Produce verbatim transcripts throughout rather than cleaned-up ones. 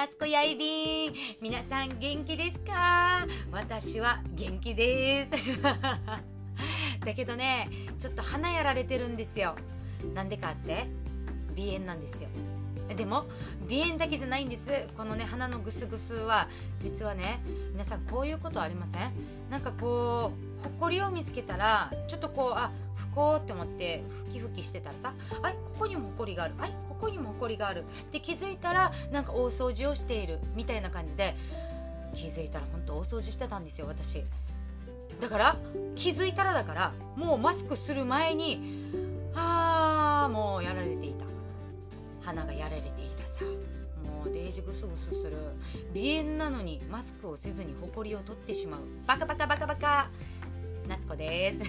夏子やいびん、皆さん元気ですか？私は元気ですだけどね、ちょっと鼻やられてるんですよ。なんでかって鼻炎なんですよ。でも鼻炎だけじゃないんです。このね鼻のグスグスは実はね、皆さんこういうことありません？なんかこうほこりを見つけたらちょっとこうあ拭こうって思ってふきふきしてたらさ、あいここにもほこりがある、あいここにもほこりがあるって気づいたらなんか大掃除をしているみたいな感じで、気づいたら本当大掃除してたんですよ私。だから気づいたらだからもうマスクする前にあーもうやられていた、鼻がやられていたさ。もうデージグスグスする鼻炎なのにマスクをせずにほこりを取ってしまうバカバカバカバカ夏子です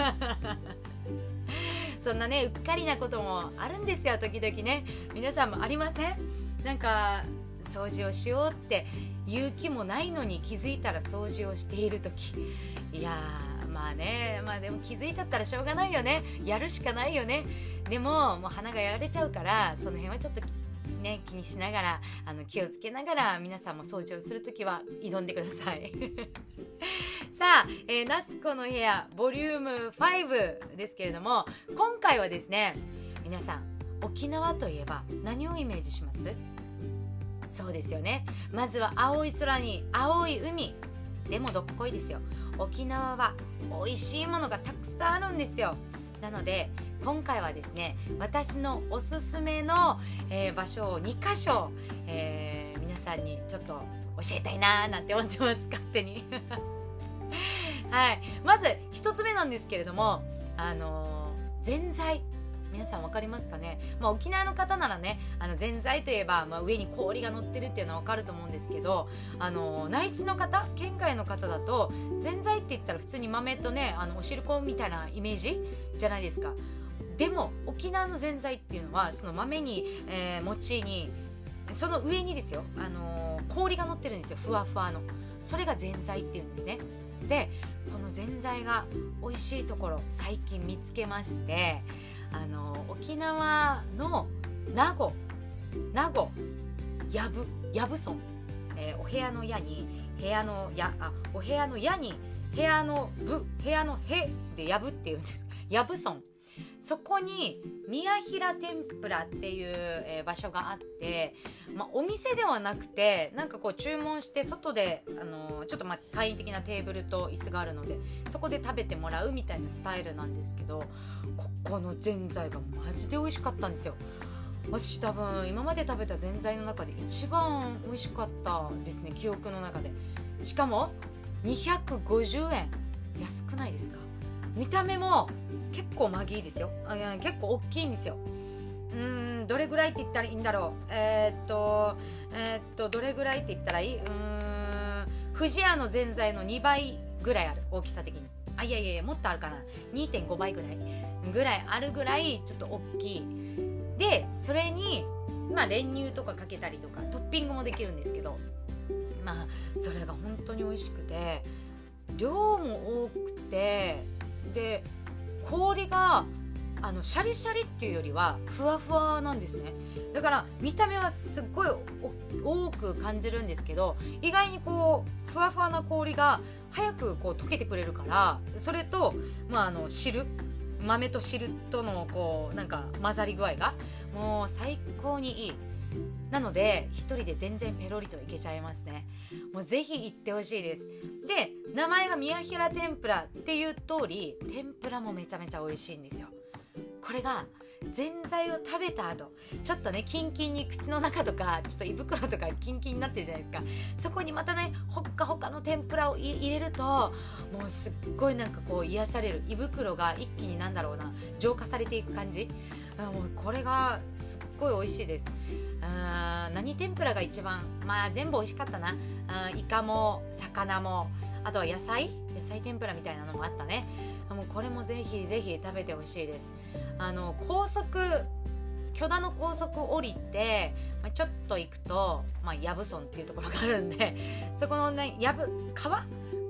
そんなねうっかりなこともあるんですよ、時々ね。皆さんもありません？なんか掃除をしようって勇気もないのに気づいたら掃除をしている時、いやーまあね、まあでも気づいちゃったらしょうがないよね、やるしかないよね。でももう鼻がやられちゃうからその辺はちょっとね気にしながら、あの気をつけながら皆さんも掃除をするときは挑んでくださいさあ、えー、夏子の部屋ボリュームごですけれども、今回はですね、皆さん沖縄といえば何をイメージします？そうですよね、まずは青い空に青い海。でもどっこいですよ、沖縄は美味しいものがたくさんあるんですよ。なので今回はですね、私のおすすめの、えー、場所をにかしょ、えー、皆さんにちょっと教えたいなーなんて思ってます、勝手にはい、まずひとつめなんですけれども、あのー、ぜんざい、皆さん分かりますかね？まあ、沖縄の方ならね、あのぜんざいといえば、まあ、上に氷が乗ってるっていうのは分かると思うんですけど、あの内地の方、県外の方だとぜんざいって言ったら普通に豆とね、あのお汁粉みたいなイメージじゃないですか。でも沖縄のぜんざいっていうのはその豆に、えー、餅にその上にですよ、あのー、氷が乗ってるんですよ、ふわふわの。それがぜんざいっていうんですね。でこのぜんざいが美味しいところ最近見つけまして、あの沖縄の名護名護やぶやぶ村、えー、お部屋の屋に部屋のやあお部屋の屋に部屋のぶ部屋のへでやぶっていうんです。やぶ村、そこに宮平天ぷらっていう、えー、場所があって、まあ、お店ではなくてなんかこう注文して外で、あのー、ちょっとまあ簡易的なテーブルと椅子があるのでそこで食べてもらうみたいなスタイルなんですけど、ここのぜんざいがマジで美味しかったんですよ。私多分今まで食べたぜんざいの中で一番美味しかったですね、記憶の中で。しかもにひゃくごじゅうえん、安くないですか？見た目も結構マギーですよ。あ、いや結構大きいんですよ。うーんどれぐらいって言ったらいいんだろう。えー、っとえー、っとどれぐらいって言ったらいい？うーん不二家のぜんざいのにばいぐらいある、大きさ的に。あ、いやいやいやもっとあるかな、にてんごばいぐらいぐらいあるぐらいちょっと大きい。でそれにまあ練乳とかかけたりとかトッピングもできるんですけど、まあそれが本当に美味しくて量も多くて、で氷があのシャリシャリっていうよりはふわふわなんですね。だから見た目はすっごい多く感じるんですけど、意外にこうふわふわな氷が早くこう溶けてくれるから、それと、まあ、あの汁豆と汁とのこうなんか混ざり具合がもう最高にいい。なので一人で全然ペロリといけちゃいますね。もうぜひ行ってほしいです。で名前が宮平天ぷらっていう通り天ぷらもめちゃめちゃ美味しいんですよ。これがぜんざいを食べた後ちょっとねキンキンに口の中とかちょっと胃袋とかキンキンになってるじゃないですか。そこにまたねほっかほかの天ぷらを入れるともうすっごいなんかこう癒される、胃袋が一気になんだろうな浄化されていく感じ。もうこれがすっごい美味しいです。あ何天ぷらが一番、まあ全部美味しかったな。あイカも魚もあとは野菜野菜天ぷらみたいなのもあったね。もうこれもぜひぜひ食べてほしいです。あの高速許田の高速降りて、まあ、ちょっと行くと、まあ、やぶ村っていうところがあるんでそこのねやぶ川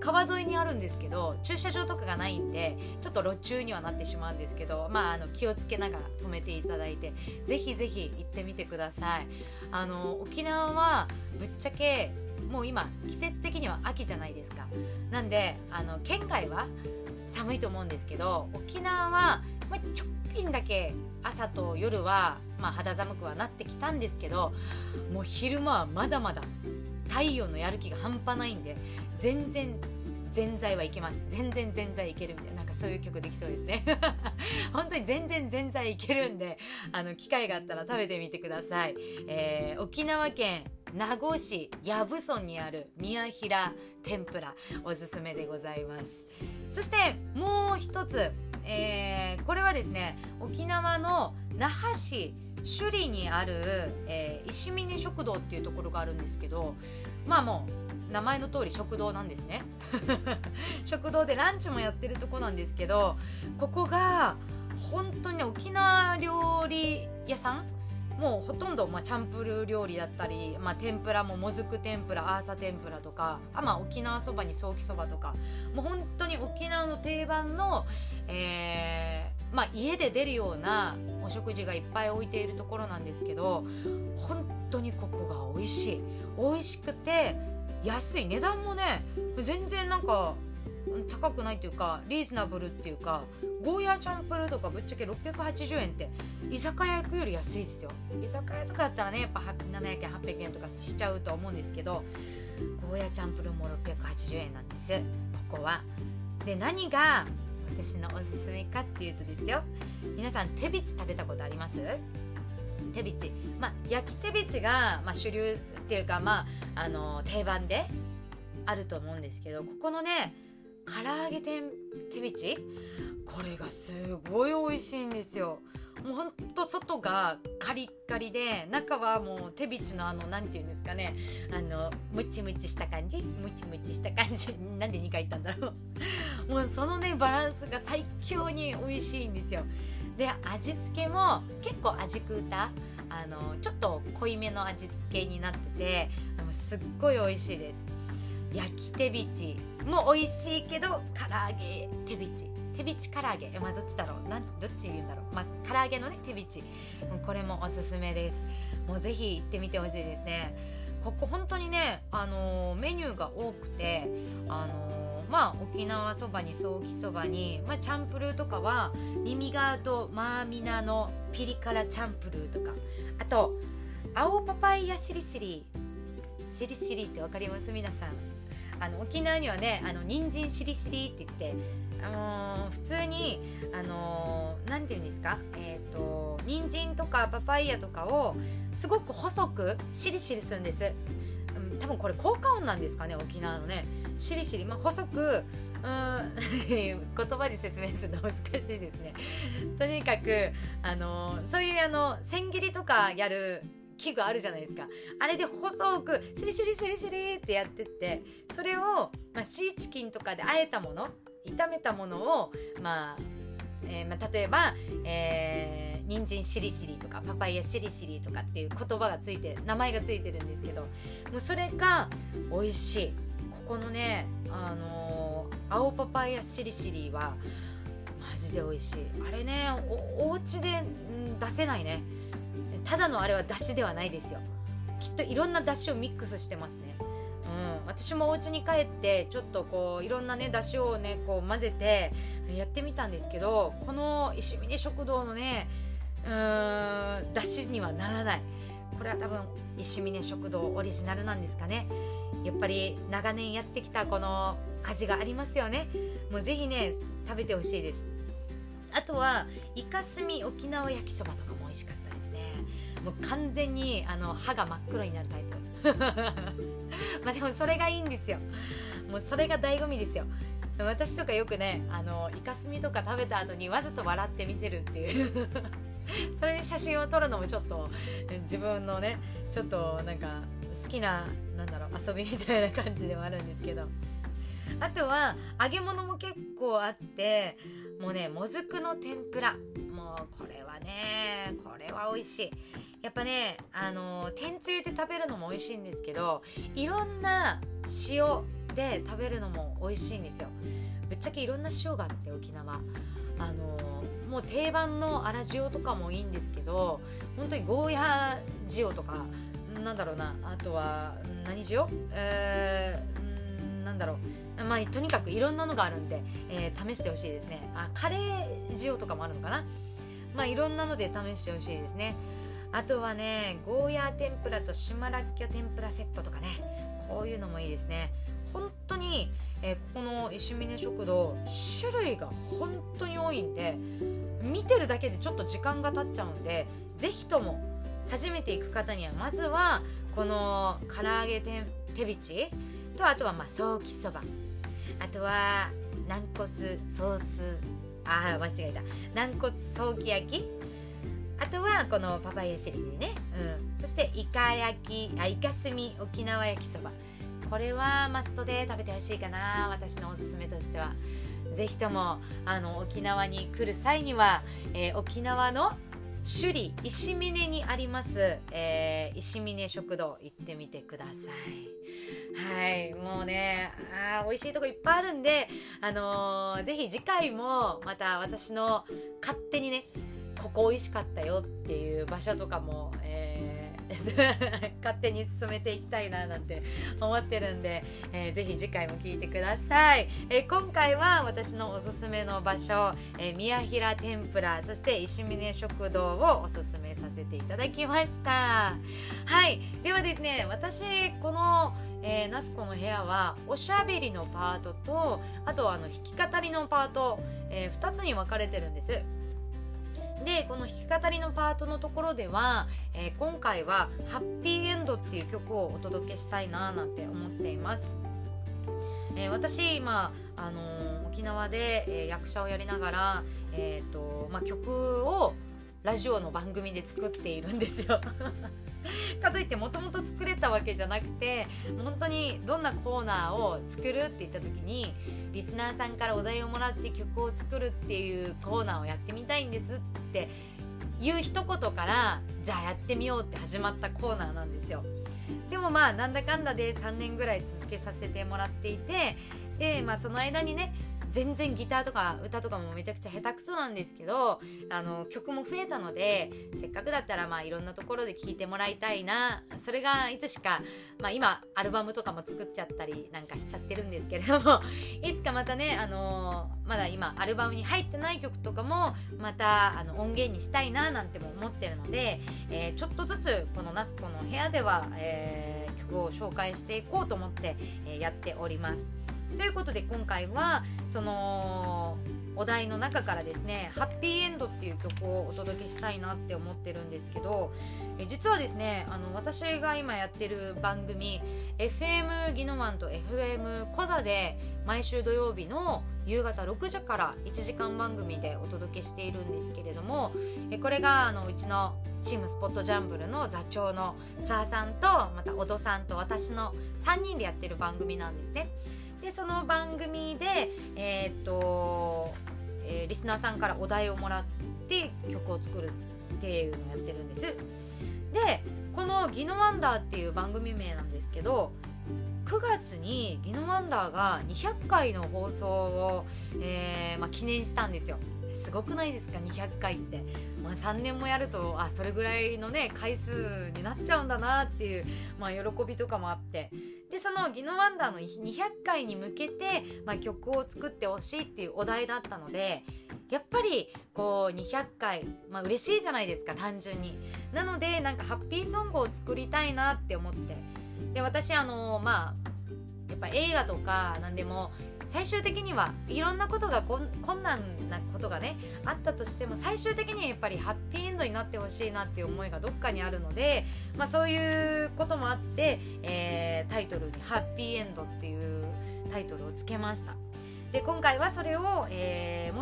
川沿いにあるんですけど、駐車場とかがないんでちょっと路駐にはなってしまうんですけど、まあ、あの気をつけながら止めていただいて、ぜひぜひ行ってみてください。あの沖縄はぶっちゃけもう今季節的には秋じゃないですか。なんであの県外は寒いと思うんですけど、沖縄は、まあ、ちょっぴんだけ朝と夜は、まあ、肌寒くはなってきたんですけど、もう昼間はまだまだ太陽のやる気が半端ないんで、全然全在はいけます。全然全在いけるんで、なんかそういう曲できそうですね本当に全然全在いけるんで、あの機会があったら食べてみてください。えー、沖縄県名護市矢部村にある宮平天ぷら、おすすめでございます。そしてもう一つ、えー、これはですね、沖縄の那覇市首里にある、えー、石峰食堂っていうところがあるんですけど、まあもう名前の通り食堂なんですね食堂でランチもやってるとこなんですけど、ここが本当に沖縄料理屋さん、もうほとんど、まあ、チャンプルー料理だったり、まあ、天ぷらももずく天ぷら、アーサ天ぷらとか、あ、まあ、沖縄そばにソーキそばとか、もう本当に沖縄の定番の、えーまあ、家で出るようなお食事がいっぱい置いているところなんですけど、本当にここが美味しい、美味しくて安い、値段もね全然なんか高くないっていうか、リーズナブルっていうか、ゴーヤーチャンプルーとかぶっちゃけろっぴゃくはちじゅうえんって居酒屋行くより安いですよ。居酒屋とかだったらねやっぱななひゃくえんはっぴゃくえんとかしちゃうと思うんですけど、ゴーヤーチャンプルーもろっぴゃくはちじゅうえんなんです、ここは。で、何が私のおすすめかっていうとですよ、皆さん手びち食べたことあります？手びち、まあ、焼き手びちが、まあ、主流っていうか、まあ、あの定番であると思うんですけど、ここのね唐揚げ天手びち、これがすごい美味しいんですよ。もうほんと外がカリッカリで、中はもう手びちのあのなんていうんですかね、あのムチムチした感じ、ムチムチした感じなんでにかい言ったんだろうもうそのねバランスが最強に美味しいんですよ。で、味付けも結構味クーター、あのちょっと濃いめの味付けになってて、すっごい美味しいです。焼き手びちも美味しいけど、唐揚げ手びち、手びち唐揚げ、まあどっちだろう、なんどっち言うんだろう、まあ唐揚げのね手びち、これもおすすめです。もうぜひ行ってみてほしいですね。ここ本当にね、あのー、メニューが多くて、あのー、まあ沖縄そばにソーキそばに、まあ、チャンプルーとかは耳ガーとマーミナのピリ辛チャンプルーとか、あと青パパイヤしりしりしりしりってわかります？皆さん、あの沖縄にはね、あの人参しりしりって言って、あのー、普通にあのー、なんていうんですか、えっと人参とかパパイヤとかをすごく細くしりしりするんです、うん、多分これ効果音なんですかね、沖縄のねしりしり、まあ、細く、うーん言葉で説明するの難しいですね。とにかく、あのー、そういうあの千切りとかやる器具あるじゃないですか。あれで細くシリシリシリシリってやってって、それを、まあ、シーチキンとかで和えたもの、炒めたものを、まあえーまあ、例えば、えー、人参しりしりとかパパイヤしりしりとかっていう言葉がついて、名前がついてるんですけど、もうそれが美味しい。ここのね、あのー、青パパイヤしりしりはマジで美味しい。あれね、お、お家で、ん、出せないね。ただのあれは出汁ではないですよ。きっといろんな出汁をミックスしてますね。うん、私もお家に帰ってちょっとこういろんなね出汁をねこう混ぜてやってみたんですけど、この石峰食堂のねうーん出汁にはならない。これは多分石峰食堂オリジナルなんですかね。やっぱり長年やってきたこの味がありますよね。もうぜひね食べてほしいです。あとはイカスミ沖縄焼きそばとかも美味しかったですね。もう完全にあの歯が真っ黒になるタイプまあでもそれがいいんですよ。もうそれが醍醐味ですよ。私とかよくね、あのイカスミとか食べた後にわざと笑ってみせるっていうそれで写真を撮るのもちょっと自分のねちょっとなんか好きな、なんだろう、遊びみたいな感じではあるんですけど、あとは揚げ物も結構あって、もうねもずくの天ぷら、もうこれはねこれは美味しい。やっぱね、あの天つゆで食べるのも美味しいんですけど、いろんな塩って食べるのも美味しいんですよ。ぶっちゃけいろんな塩があって沖縄、あのー、もう定番の粗塩とかもいいんですけど、本当にゴーヤー塩とかなんだろうな、あとは何塩、えー、なんだろう、まあとにかくいろんなのがあるんで、えー、試してほしいですね。あ、カレー塩とかもあるのかな。まあいろんなので試してほしいですね。あとはね、ゴーヤー天ぷらと島らっきょ天ぷらセットとかね、こういうのもいいですね。本当に、えー、ここの石峰食堂種類が本当に多いんで、見てるだけでちょっと時間が経っちゃうんで、ぜひとも初めて行く方にはまずはこの唐揚げて手びちと、あとはまあソーキそば、あとは軟骨ソース、あー間違えた、軟骨ソーキ焼き、あとはこのパパイヤしりしりね、うん、そしてイカ焼き、あイカスミ沖縄焼きそば、これはマストで食べてほしいかな、私のおすすめとしては。ぜひともあの沖縄に来る際には、えー、沖縄の首里石峰にあります、えー、石峰食堂行ってみてください。はい、もうね、あ美味しいとこいっぱいあるんで、あのー、ぜひ次回もまた私の勝手にね、ここ美味しかったよっていう場所とかも、えー勝手に進めていきたいななんて思ってるんで、えー、ぜひ次回も聞いてください。えー、今回は私のおすすめの場所、えー、宮平天ぷら、そして石峰食堂をおすすめさせていただきました。はい、ではですね、私このえー、ナスコの部屋はおしゃべりのパートと、あとはあの弾き語りのパート、えー、ふたつに分かれてるんです。でこの弾き語りのパートのところでは、えー、今回はハッピーエンドっていう曲をお届けしたいななんて思っています。えー、私今、あのー、沖縄で、えー、役者をやりながら、えーとまあ、曲をラジオの番組で作っているんですよかといってもともと作れたわけじゃなくて、本当にどんなコーナーを作るって言った時にリスナーさんからお題をもらって曲を作るっていうコーナーをやってみたいんですっていう一言から、じゃあやってみようって始まったコーナーなんですよ。でもまあなんだかんだでさんねんぐらい続けさせてもらっていて、で、まあ、その間にね全然ギターとか歌とかもめちゃくちゃ下手くそなんですけど、あの曲も増えたので、せっかくだったらまあいろんなところで聴いてもらいたいな。それがいつしか、まあ、今アルバムとかも作っちゃったりなんかしちゃってるんですけれども、いつかまたね、あのー、まだ今アルバムに入ってない曲とかもまたあの音源にしたいななんても思ってるので、えー、ちょっとずつこの夏子の部屋では、えー、曲を紹介していこうと思って、えー、やっております。ということで今回はそのお題の中からですね、ハッピーエンドっていう曲をお届けしたいなって思ってるんですけど、え実はですね、あの私が今やってる番組 エフエム ギノワンと エフエム コザで毎週土曜日の夕方ろくじからいちじかん番組でお届けしているんですけれども、えこれがあのうちのチームスポットジャンブルの座長のツアーさんと、また小戸さんと私のさんにんでやってる番組なんですね。でその番組で、えーっとえー、リスナーさんからお題をもらって曲を作るっていうのをやってるんです。でこのギノワンダーっていう番組名なんですけど、くがつにギノワンダーがにひゃっかいの放送を、えーまあ、記念したんですよ。すごくないですか、にひゃっかいって。まあ、さんねんもやるとあそれぐらいのね回数になっちゃうんだなっていう、まあ、喜びとかもあって、でそのギノワンダーのにひゃっかいに向けて、まあ、曲を作ってほしいっていうお題だったので、やっぱりこうにひゃっかい、まあ嬉しいじゃないですか、単純に。なのでなんかハッピーソングを作りたいなって思って、で私あのまあやっぱ映画とかなんでも最終的にはいろんなことが困難なことがねあったとしても、最終的にはやっぱりハッピーエンドになってほしいなっていう思いがどっかにあるので、まあ、そういうこともあって、えー、タイトルにハッピーエンドっていうタイトルをつけました。で今回はそれを、えー、もう一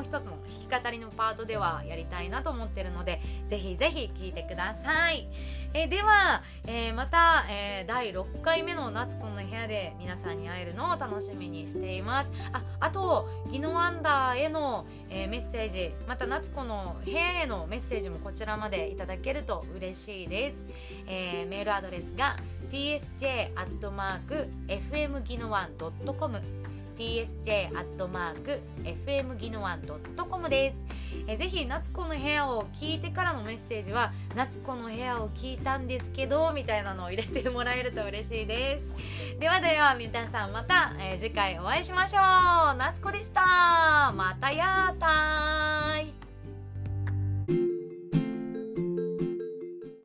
一つの弾き語りのパートではやりたいなと思ってるので、ぜひぜひ聴いてください。えー、では、えー、また、えー、だいろっかいめの夏子の部屋で皆さんに会えるのを楽しみにしています。あ、あとギノワンダーへの、えー、メッセージ、また夏子の部屋へのメッセージもこちらまでいただけると嬉しいです。えー、メールアドレスが ティーエスジェー アットマーク エフエムギノワン ドットコム ティーエスジェー アットマーク エフエムギノワン ドットコム です。えー、ぜひ夏子の部屋を聞いてからのメッセージは、夏子の部屋を聞いたんですけどみたいなのを入れてもらえると嬉しいです。ではでは皆さんまた、えー、次回お会いしましょう。夏子でした。またやーたー。